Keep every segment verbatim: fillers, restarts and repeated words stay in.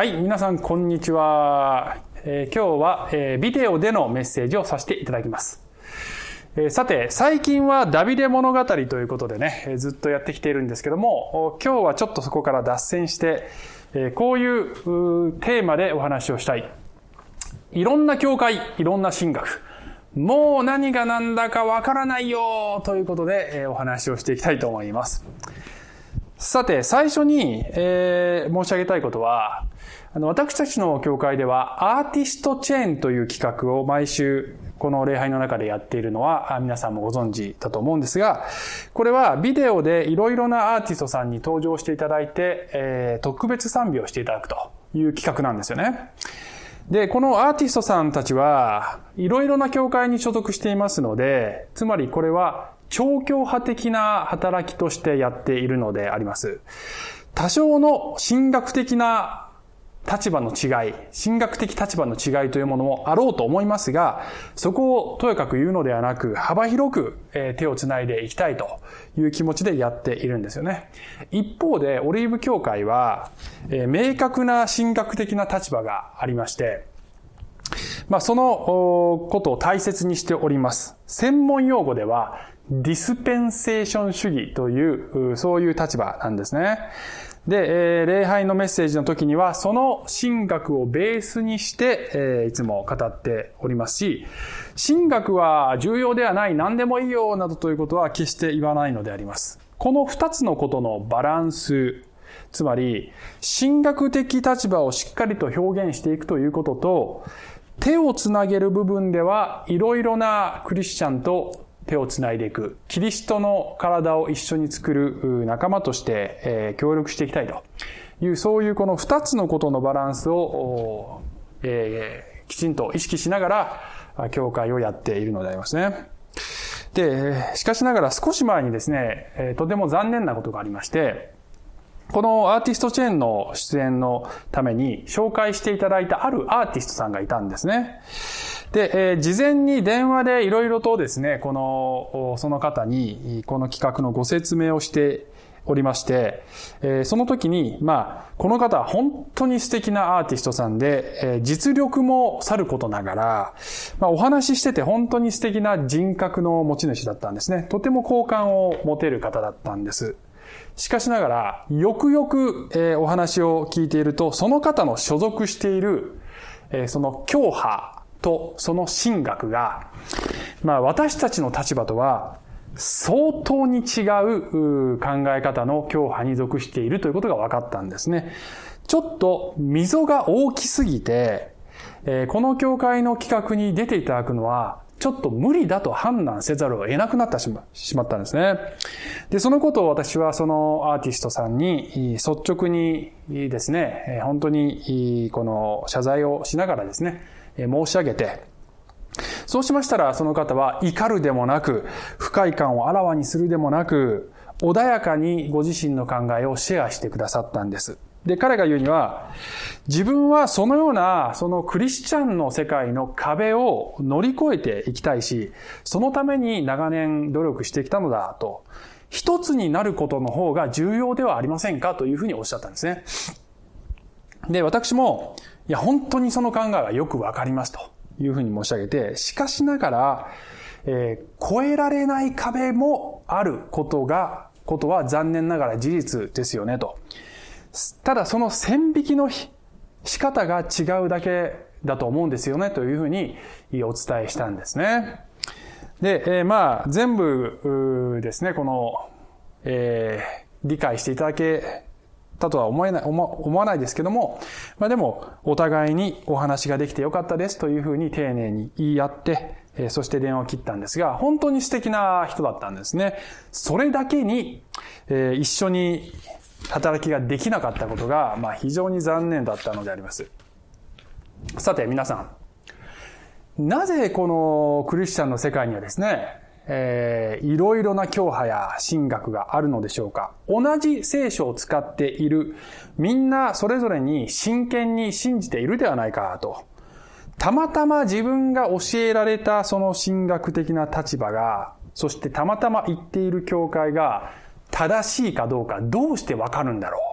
はい、皆さんこんにちは。えー、今日は、えー、ビデオでのメッセージをさせていただきます。えー、さて、最近はダビデ物語ということでね、えー、ずっとやってきているんですけども、今日はちょっとそこから脱線して、えー、こういうテーマでお話をしたい。いろんな教会、いろんな神学。もう何が何だかわからないよということで、えー、お話をしていきたいと思います。さて、最初に、えー、申し上げたいことは、あの、私たちの教会では、アーティストチェーンという企画を毎週、この礼拝の中でやっているのは、皆さんもご存知だと思うんですが、これはビデオでいろいろなアーティストさんに登場していただいて、えー、特別賛美をしていただくという企画なんですよね。で、このアーティストさんたちは、いろいろな教会に所属していますので、つまりこれは、超教派的な働きとしてやっているのであります。多少の神学的な立場の違い、神学的立場の違いというものもあろうと思いますが、そこをとやかく言うのではなく、幅広く手をつないでいきたいという気持ちでやっているんですよね。一方で、オリーブ教会は、明確な神学的な立場がありまして、まあ、そのことを大切にしております。専門用語では、ディスペンセーション主義という、そういう立場なんですね。で、えー、礼拝のメッセージの時には、その神学をベースにして、えー、いつも語っておりますし、神学は重要ではない、何でもいいよ、などということは決して言わないのであります。この二つのことのバランス、つまり、神学的立場をしっかりと表現していくということと、手をつなげる部分では、いろいろなクリスチャンと手をつないでいく。キリストの体を一緒に作る仲間として、えー、協力していきたいという、そういうこの二つのことのバランスを、えー、きちんと意識しながら、教会をやっているのでありますね。で、しかしながら少し前にですね、えー、とても残念なことがありまして、このアーティストチェーンの出演のために紹介していただいたあるアーティストさんがいたんですね。で、えー、事前に電話でいろいろとですね、この、その方に、この企画のご説明をしておりまして、えー、その時に、まあ、この方は本当に素敵なアーティストさんで、えー、実力もさることながら、まあ、お話ししてて本当に素敵な人格の持ち主だったんですね。とても好感を持てる方だったんです。しかしながら、よくよく、えー、お話を聞いていると、その方の所属している、えー、その教派とその神学が、まあ私たちの立場とは相当に違う考え方の教派に属しているということが分かったんですね。ちょっと溝が大きすぎて、えー、この教会の企画に出ていただくのは、ちょっと無理だと判断せざるを得なくなってしまったんですね。で、そのことを私はそのアーティストさんに率直にですね、本当にこの謝罪をしながらですね、申し上げて、そうしましたらその方は怒るでもなく、不快感をあらわにするでもなく、穏やかにご自身の考えをシェアしてくださったんです。で、彼が言うには、自分はそのような、そのクリスチャンの世界の壁を乗り越えていきたいし、そのために長年努力してきたのだと、一つになることの方が重要ではありませんかというふうにおっしゃったんですね。で、私も、いや、本当にその考えはよくわかりますというふうに申し上げて、しかしながら、えー、越えられない壁もあることが、ことは残念ながら事実ですよねと。ただその線引きの仕方が違うだけだと思うんですよねというふうにお伝えしたんですね。で、えー、まあ全部ですね、この、えー、理解していただけたとは思えない、思わないですけども、まあでもお互いにお話ができてよかったですというふうに丁寧に言い合って、えー、そして電話を切ったんですが、本当に素敵な人だったんですね。それだけに、えー、一緒に働きができなかったことが、まあ、非常に残念だったのであります。さて皆さん、なぜこのクリスチャンの世界にはですね、えー、いろいろな教派や神学があるのでしょうか。同じ聖書を使っている、みんなそれぞれに真剣に信じているではないかと。たまたま自分が教えられたその神学的な立場が、そしてたまたま行っている教会が正しいかどうかどうしてわかるんだろう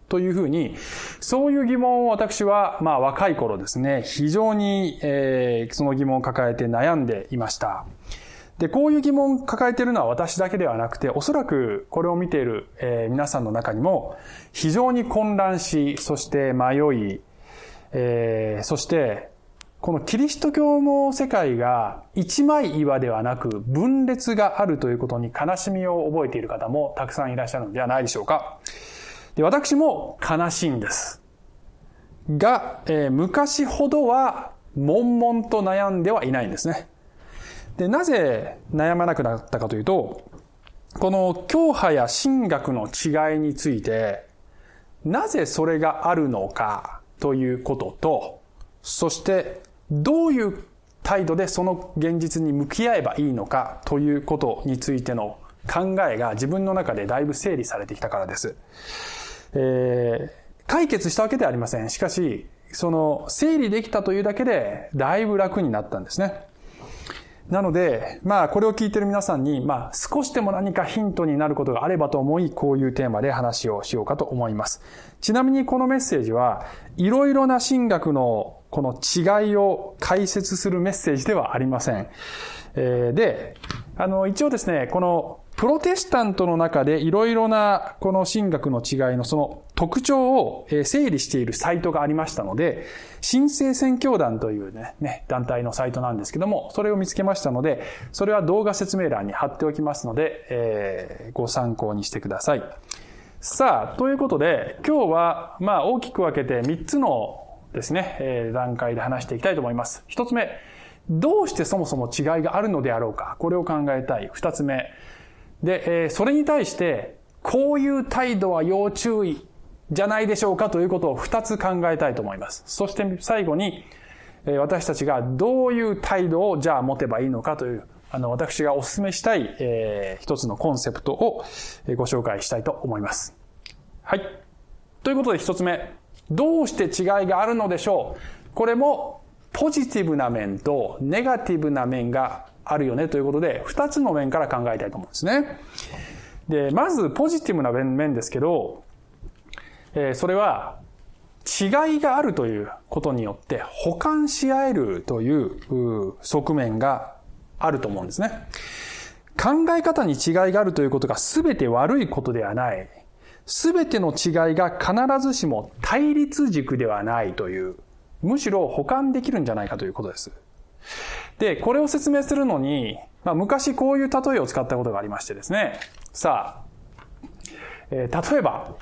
というふうに、そういう疑問を私は、まあ若い頃ですね、非常に、えー、その疑問を抱えて悩んでいました。で、こういう疑問を抱えているのは私だけではなくて、おそらくこれを見ている、えー、皆さんの中にも、非常に混乱し、そして迷い、えー、そして、このキリスト教の世界が一枚岩ではなく分裂があるということに悲しみを覚えている方もたくさんいらっしゃるのではないでしょうか。で、私も悲しいんです。が、えー、昔ほどは悶々と悩んではいないんですね。で、なぜ悩まなくなったかというと、この教派や神学の違いについて、なぜそれがあるのかということと、そしてどういう態度でその現実に向き合えばいいのかということについての考えが自分の中でだいぶ整理されてきたからです。えー、解決したわけではありません。しかし、その整理できたというだけでだいぶ楽になったんですね。なので、まあこれを聞いている皆さんに、まあ少しでも何かヒントになることがあればと思い、こういうテーマで話をしようかと思います。ちなみにこのメッセージは、いろいろな神学のこの違いを解説するメッセージではありません。えー、で、あの一応ですね、このプロテスタントの中でいろいろなこの神学の違いのその特徴を整理しているサイトがありましたので、新生宣教団というね、ね、団体のサイトなんですけども、それを見つけましたので、それは動画説明欄に貼っておきますので、えー、ご参考にしてください。さあ、ということで、今日はまあ大きく分けてみっつのですね、えー、段階で話していきたいと思います。ひとつめ、どうしてそもそも違いがあるのであろうか、これを考えたい。ふたつめ、で、えー、それに対して、こういう態度は要注意じゃないでしょうかということをふたつ考えたいと思います。そして最後に、えー、私たちがどういう態度をじゃあ持てばいいのかという、あの、私がお勧めしたい、えー、一つのコンセプトをご紹介したいと思います。はい。ということで一つ目、どうして違いがあるのでしょう。これもポジティブな面とネガティブな面があるよねということで、二つの面から考えたいと思うんですね。で、まずポジティブな面ですけど、えー、それは違いがあるということによって補完し合えるという側面があると思うんですね。考え方に違いがあるということが全て悪いことではない。全ての違いが必ずしも対立軸ではないという、むしろ補完できるんじゃないかということです。で、これを説明するのに、まあ、昔こういう例えを使ったことがありましてですね。さあ、えー、例えば、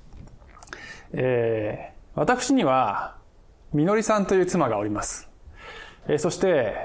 えー、私には、みのりさんという妻がおります。えー、そして、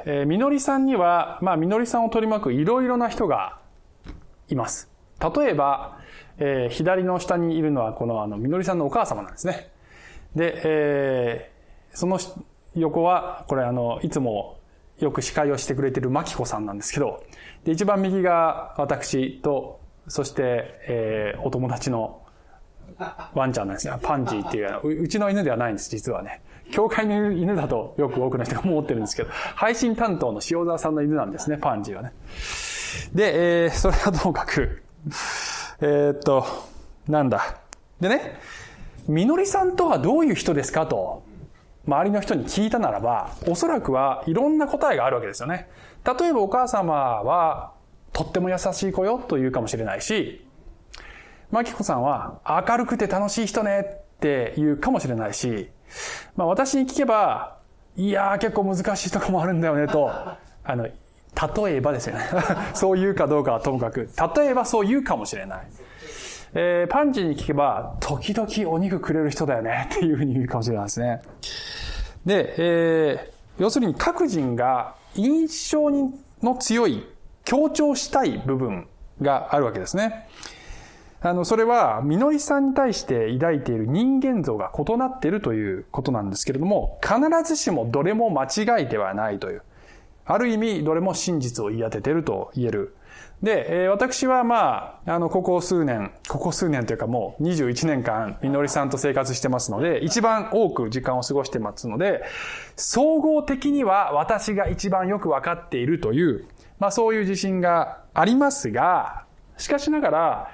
えー、みのりさんには、まあ、みのりさんを取り巻くいろいろな人がいます。例えば、えー、左の下にいるのは、この、あの、みのりさんのお母様なんですね。で、えー、その横は、これあの、いつもよく司会をしてくれているまきこさんなんですけど、で、一番右が私と、そして、えー、お友達のワンちゃんなんですよ。パンジーっていう、うちの犬ではないんです、実はね。教会の犬だとよく多くの人が思ってるんですけど、配信担当の塩沢さんの犬なんですね、パンジーはね。で、えー、それはともかく、えー、っと、なんだ。でね、みのりさんとはどういう人ですかと、周りの人に聞いたならば、おそらくはいろんな答えがあるわけですよね。例えばお母様は、とっても優しい子よと言うかもしれないし、まきこさんは明るくて楽しい人ねって言うかもしれないし、まあ私に聞けば、いやー結構難しいとこもあるんだよねと、あの、例えばですよね。そう言うかどうかはともかく、例えばそう言うかもしれない。えー、パンジーに聞けば、時々お肉くれる人だよねっていうふうに言うかもしれないですね。で、えー、要するに各人が印象の強い、強調したい部分があるわけですね。あの、それは、みのりさんに対して抱いている人間像が異なっているということなんですけれども、必ずしもどれも間違いではないという。ある意味、どれも真実を言い当てていると言える。で、えー、私はまあ、あの、ここ数年、ここ数年というかもうにじゅういちねんかん、みのりさんと生活してますので、一番多く時間を過ごしてますので、総合的には私が一番よくわかっているという、まあそういう自信がありますが、しかしながら、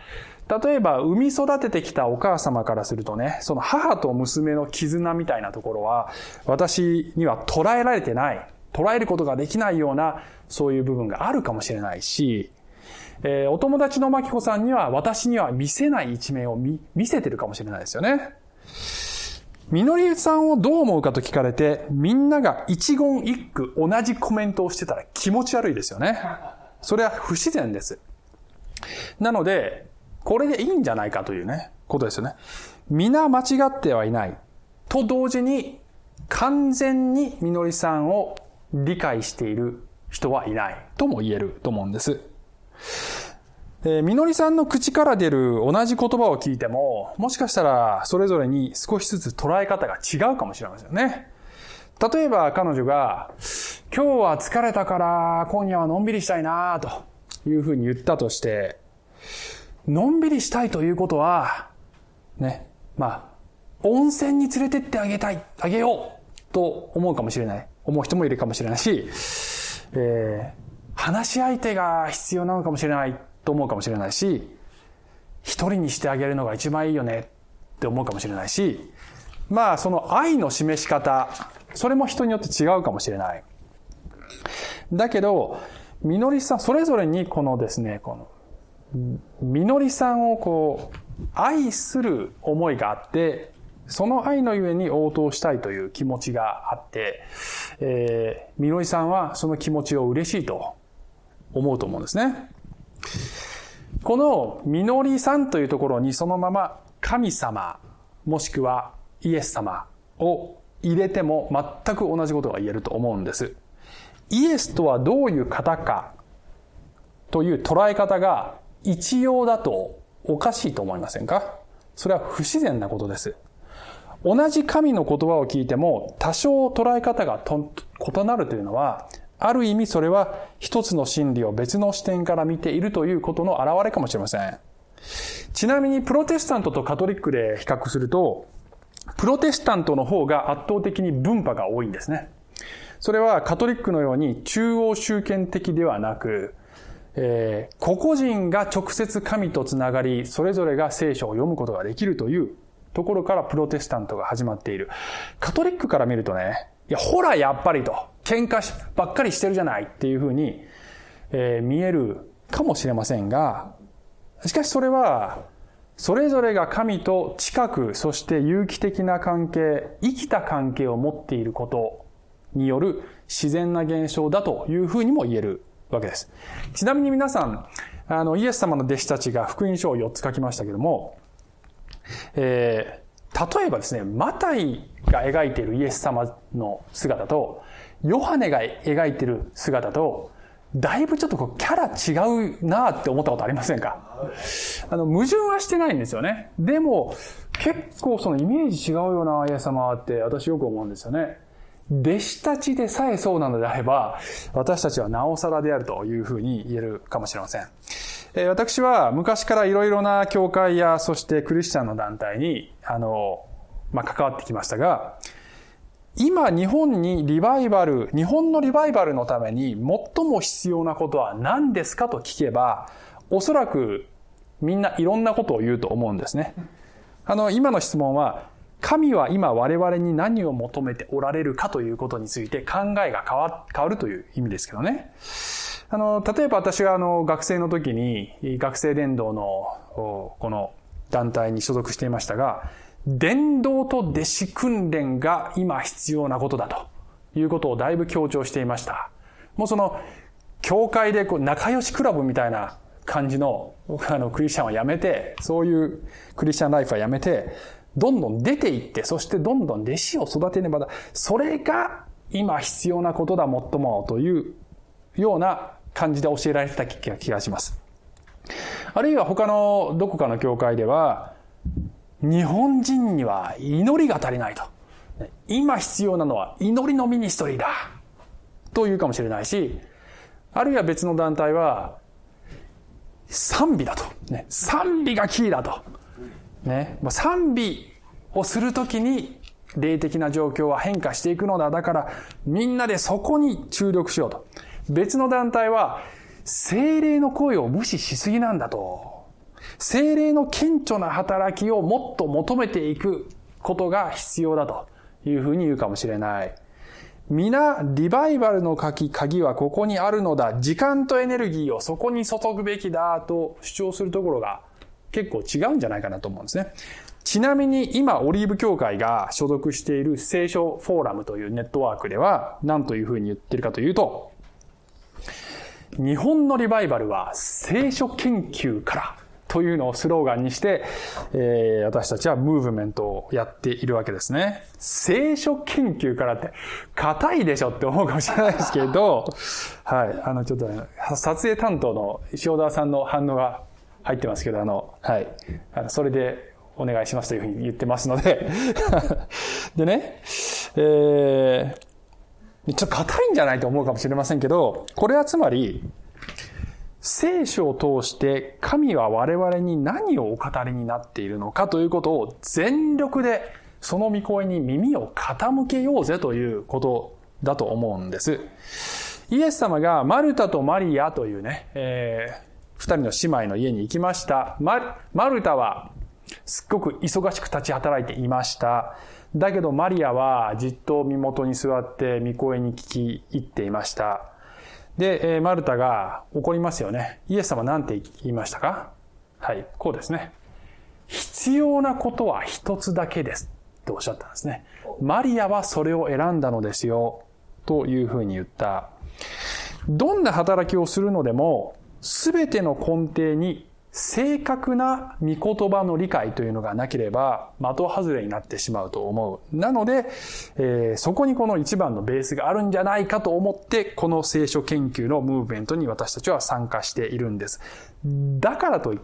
例えば産み育ててきたお母様からするとね、その母と娘の絆みたいなところは私には捉えられてない、捉えることができないようなそういう部分があるかもしれないし、えー、お友達のまきこさんには私には見せない一面を 見, 見せてるかもしれないですよね。みのりさんをどう思うかと聞かれて、みんなが一言一句同じコメントをしてたら気持ち悪いですよね。それは不自然です。なので、これでいいんじゃないかというね、ことですよね。皆間違ってはいない。と同時に、完全にみのりさんを理解している人はいないとも言えると思うんです。えー、みのりさんの口から出る同じ言葉を聞いても、もしかしたらそれぞれに少しずつ捉え方が違うかもしれませんよね。例えば彼女が、今日は疲れたから今夜はのんびりしたいなというふうに言ったとして、のんびりしたいということは、ね、まあ、温泉に連れてってあげたい、あげようと思うかもしれない。思う人もいるかもしれないし、えー、話し相手が必要なのかもしれないと思うかもしれないし、一人にしてあげるのが一番いいよねって思うかもしれないし、まあその愛の示し方、それも人によって違うかもしれない。だけど、みのりさん、それぞれにこのですね、この、みのりさんをこう、愛する思いがあって、その愛のゆえに応答したいという気持ちがあって、えー、みのりさんはその気持ちを嬉しいと思うと思うんですね。このみのりさんというところにそのまま神様もしくはイエス様を入れても全く同じことが言えると思うんです。イエスとはどういう方かという捉え方が一様だとおかしいと思いませんか？それは不自然なことです。同じ神の言葉を聞いても多少捉え方がと異なるというのは、ある意味それは一つの真理を別の視点から見ているということの表れかもしれません。ちなみにプロテスタントとカトリックで比較すると、プロテスタントの方が圧倒的に分派が多いんですね。それはカトリックのように中央集権的ではなく、えー、個々人が直接神とつながり、それぞれが聖書を読むことができるというところからプロテスタントが始まっている。カトリックから見るとね、いや、ほらやっぱりと、喧嘩ばっかりしてるじゃないっていうふうに、えー、見えるかもしれませんが、しかしそれは、それぞれが神と近く、そして有機的な関係、生きた関係を持っていることによる自然な現象だというふうにも言えるわけです。ちなみに皆さん、あの、イエス様の弟子たちが福音書をよっつ書きましたけども、えー、例えばですね、マタイが描いているイエス様の姿と、ヨハネが描いている姿と、だいぶちょっとこうキャラ違うなって思ったことありませんか？あの、矛盾はしてないんですよね。でも、結構そのイメージ違うよな、イエス様って私よく思うんですよね。弟子たちでさえそうなのであれば、私たちはなおさらであるというふうに言えるかもしれません。えー、私は昔からいろいろな教会や、そしてクリスチャンの団体に、あの、まあ、関わってきましたが、今日本にリバイバル、日本のリバイバルのために最も必要なことは何ですかと聞けば、おそらくみんないろんなことを言うと思うんですね。あの、今の質問は、神は今我々に何を求めておられるかということについて考えが変わ、変わるという意味ですけどね。あの、例えば私があの、学生の時に学生伝道のこの団体に所属していましたが、伝道と弟子訓練が今必要なことだということをだいぶ強調していました。もうその、教会でこう仲良しクラブみたいな感じの、あの、クリスチャンはやめて、そういうクリスチャンライフはやめて、どんどん出ていって、そしてどんどん弟子を育てねばだ。それが今必要なことだ、最もというような感じで教えられてた気がします。あるいは他のどこかの教会では、日本人には祈りが足りないと。今必要なのは祈りのミニストリーだ。というかもしれないし、あるいは別の団体は、賛美だと。ね、賛美がキーだと。ね、賛美をするときに霊的な状況は変化していくのだ。だからみんなでそこに注力しようと。別の団体は、聖霊の声を無視しすぎなんだと。 聖霊の顕著な働きをもっと求めていくことが必要だというふうに言うかもしれない。皆、リバイバルの鍵はここにあるのだ。時間とエネルギーをそこに注ぐべきだと主張するところが結構違うんじゃないかなと思うんですね。ちなみに今、オリーブ教会が所属している聖書フォーラムというネットワークでは何というふうに言ってるかというと、日本のリバイバルは聖書研究からというのをスローガンにして、えー、私たちはムーブメントをやっているわけですね。聖書研究からって硬いでしょって思うかもしれないですけど、はい、あのちょっと、ね、撮影担当の塩田さんの反応が入ってますけど、あの、はい、あのそれでお願いしますというふうに言ってますので、でね、えーちょっと硬いんじゃないと思うかもしれませんけど、これはつまり、聖書を通して神は我々に何をお語りになっているのかということを全力でその御声に耳を傾けようぜということだと思うんです。イエス様がマルタとマリアというね、えー、二人の姉妹の家に行きました。マ、マルタはすっごく忙しく立ち働いていました。だけどマリアはじっと身元に座って御声に聞き入っていました。で、マルタが怒りますよね。イエス様なんて言いましたか？はい、こうですね。必要なことは一つだけですとおっしゃったんですね。マリアはそれを選んだのですよというふうに言った。どんな働きをするのでもすべての根底に正確な御言葉の理解というのがなければ的外れになってしまうと思う。なので、えー、そこにこの一番のベースがあるんじゃないかと思ってこの聖書研究のムーブメントに私たちは参加しているんです。だからといって、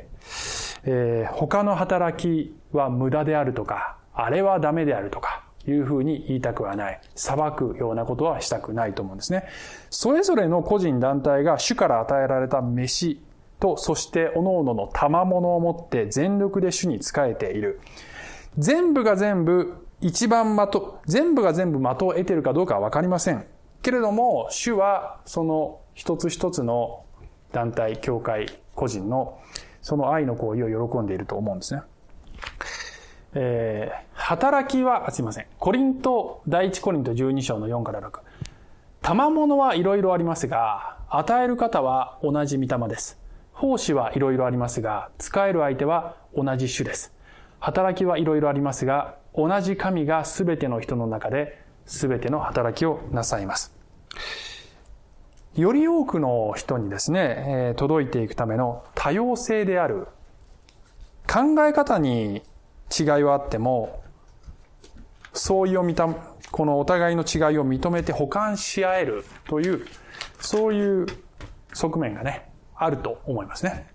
えー、他の働きは無駄であるとかあれはダメであるとかいうふうに言いたくはない。裁くようなことはしたくないと思うんですね。それぞれの個人団体が主から与えられた飯と、そして各々の賜物を持って全力で主に仕えている。全部が全部一番的、全部が全部的を得ているかどうかはわかりません。けれども、主はその一つ一つの団体、教会、個人のその愛の行為を喜んでいると思うんですね。えー、働きは、すいません。コリント、第一コリントじゅうに章のよんからろく。賜物はいろいろありますが、与える方は同じ御霊です。奉仕はいろいろありますが、使える相手は同じ主です。働きはいろいろありますが、同じ神がすべての人の中で、すべての働きをなさいます。より多くの人にですね、届いていくための多様性である。考え方に違いはあっても、相違を見た、このお互いの違いを認めて補完し合えるという、そういう側面がね、あると思いますね。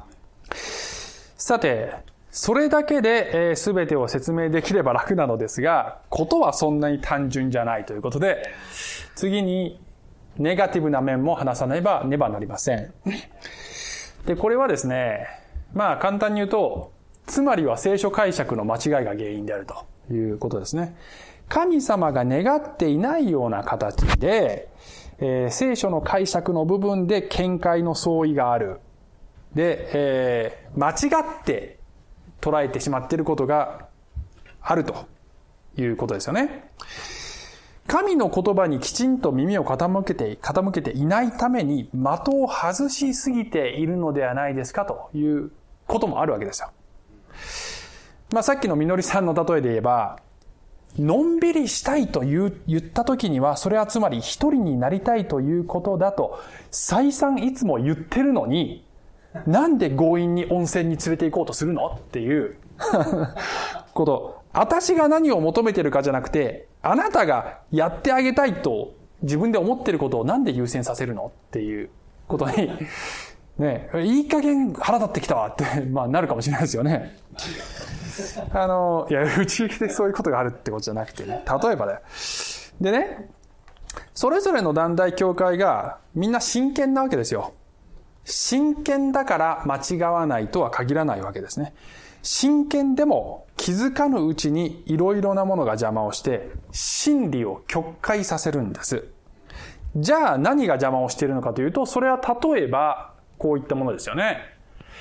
さて、それだけで全てを説明できれば楽なのですが、ことはそんなに単純じゃないということで、次にネガティブな面も話さねばねばなりません。で、これはですね、まあ簡単に言うと、つまりは聖書解釈の間違いが原因であるということですね。神様が願っていないような形で、えー、聖書の解釈の部分で見解の相違がある。で、えー、間違って捉えてしまっていることがあるということですよね。神の言葉にきちんと耳を傾けて、傾けていないために的を外しすぎているのではないですかということもあるわけですよ。まあさっきのみのりさんの例えで言えば、のんびりしたいと言う、言った時には、それはつまり一人になりたいということだと、再三いつも言ってるのに、なんで強引に温泉に連れて行こうとするのっていうこと。私が何を求めてるかじゃなくて、あなたがやってあげたいと自分で思ってることをなんで優先させるのっていうことに、ね、いい加減腹立ってきたわって、まあなるかもしれないですよね。あの、いや、うちでそういうことがあるってことじゃなくてね、例えばだよ。でね、それぞれの団体教会がみんな真剣なわけですよ。真剣だから間違わないとは限らないわけですね。真剣でも気づかぬうちにいろいろなものが邪魔をして、真理を曲解させるんです。じゃあ何が邪魔をしているのかというと、それは例えばこういったものですよね。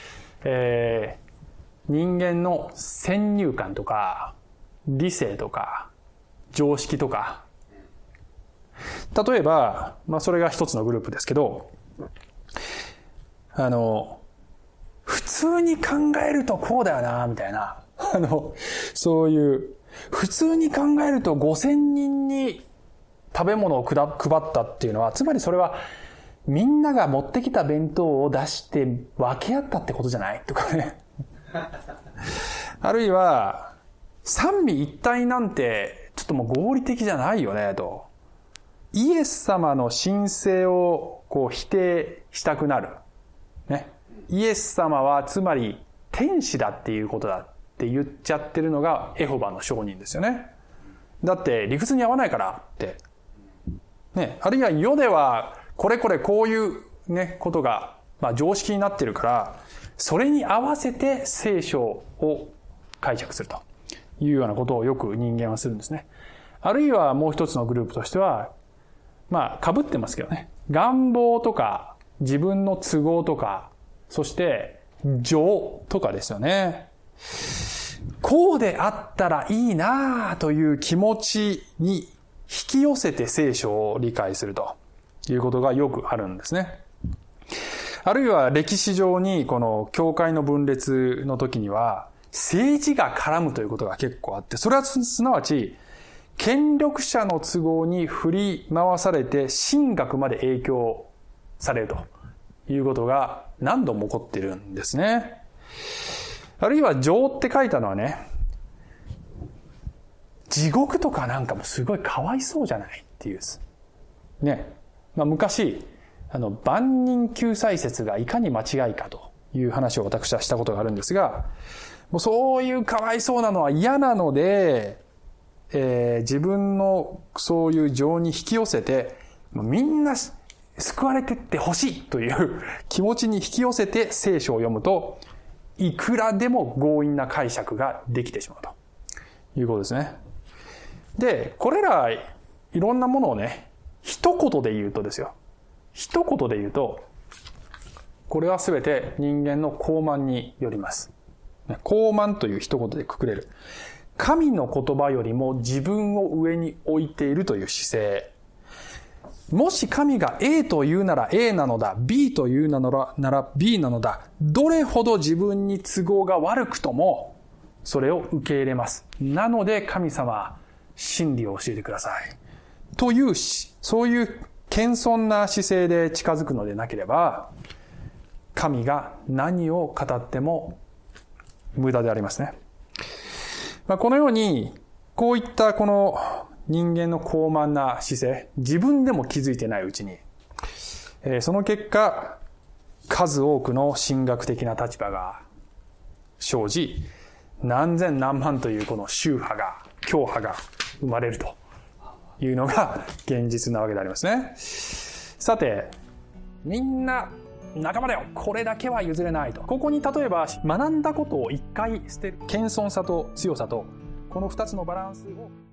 えー、人間の先入観とか理性とか常識とか、例えば、まあ、それが一つのグループですけど、あの普通に考えるとこうだよなみたいな、あのそういう普通に考えるとごせんにんに食べ物を配ったっていうのは、つまりそれはみんなが持ってきた弁当を出して分け合ったってことじゃないとかねあるいは三位一体なんてちょっともう合理的じゃないよねと、イエス様の神性をこう否定したくなるね。イエス様はつまり天使だっていうことだって言っちゃってるのがエホバの証人ですよね。だって理屈に合わないからってね。あるいは世ではこれこれこういうねことがまあ常識になってるから、それに合わせて聖書を解釈するというようなことをよく人間はするんですね。あるいはもう一つのグループとしては、まあ被ってますけどね、願望とか自分の都合とか、そして情とかですよね。こうであったらいいなという気持ちに引き寄せて聖書を理解するということがよくあるんですね。あるいは歴史上にこの教会の分裂の時には政治が絡むということが結構あって、それはすなわち権力者の都合に振り回されて神学まで影響されるということが何度も起こっているんですね。あるいは情って書いたのはね、地獄とかなんかもすごいかわいそうじゃないっていうですね。まあ、昔あの万人救済説がいかに間違いかという話を私はしたことがあるんですが、もうそういうかわいそうなのは嫌なので、えー、自分のそういう情に引き寄せてみんな救われてってほしいという気持ちに引き寄せて聖書を読むと、いくらでも強引な解釈ができてしまうということですね。で、これらいろんなものをね、一言で言うとですよ。一言で言うと、これはすべて人間の傲慢によります。傲慢という一言でくくれる。神の言葉よりも自分を上に置いているという姿勢。もし神が A と言うなら A なのだ、B と言うなら B なのだ、どれほど自分に都合が悪くともそれを受け入れます。なので神様、真理を教えてくださいという、そういう謙遜な姿勢で近づくのでなければ、神が何を語っても無駄でありますね。まあ、このようにこういったこの人間の傲慢な姿勢、自分でも気づいてないうちに、えー、その結果数多くの神学的な立場が生じ、何千何万というこの宗派が教派が生まれるというのが現実なわけでありますね。さて、みんな仲間だよ、これだけは譲れないと、ここに例えば学んだことを一回捨てる謙遜さと強さと、この二つのバランスを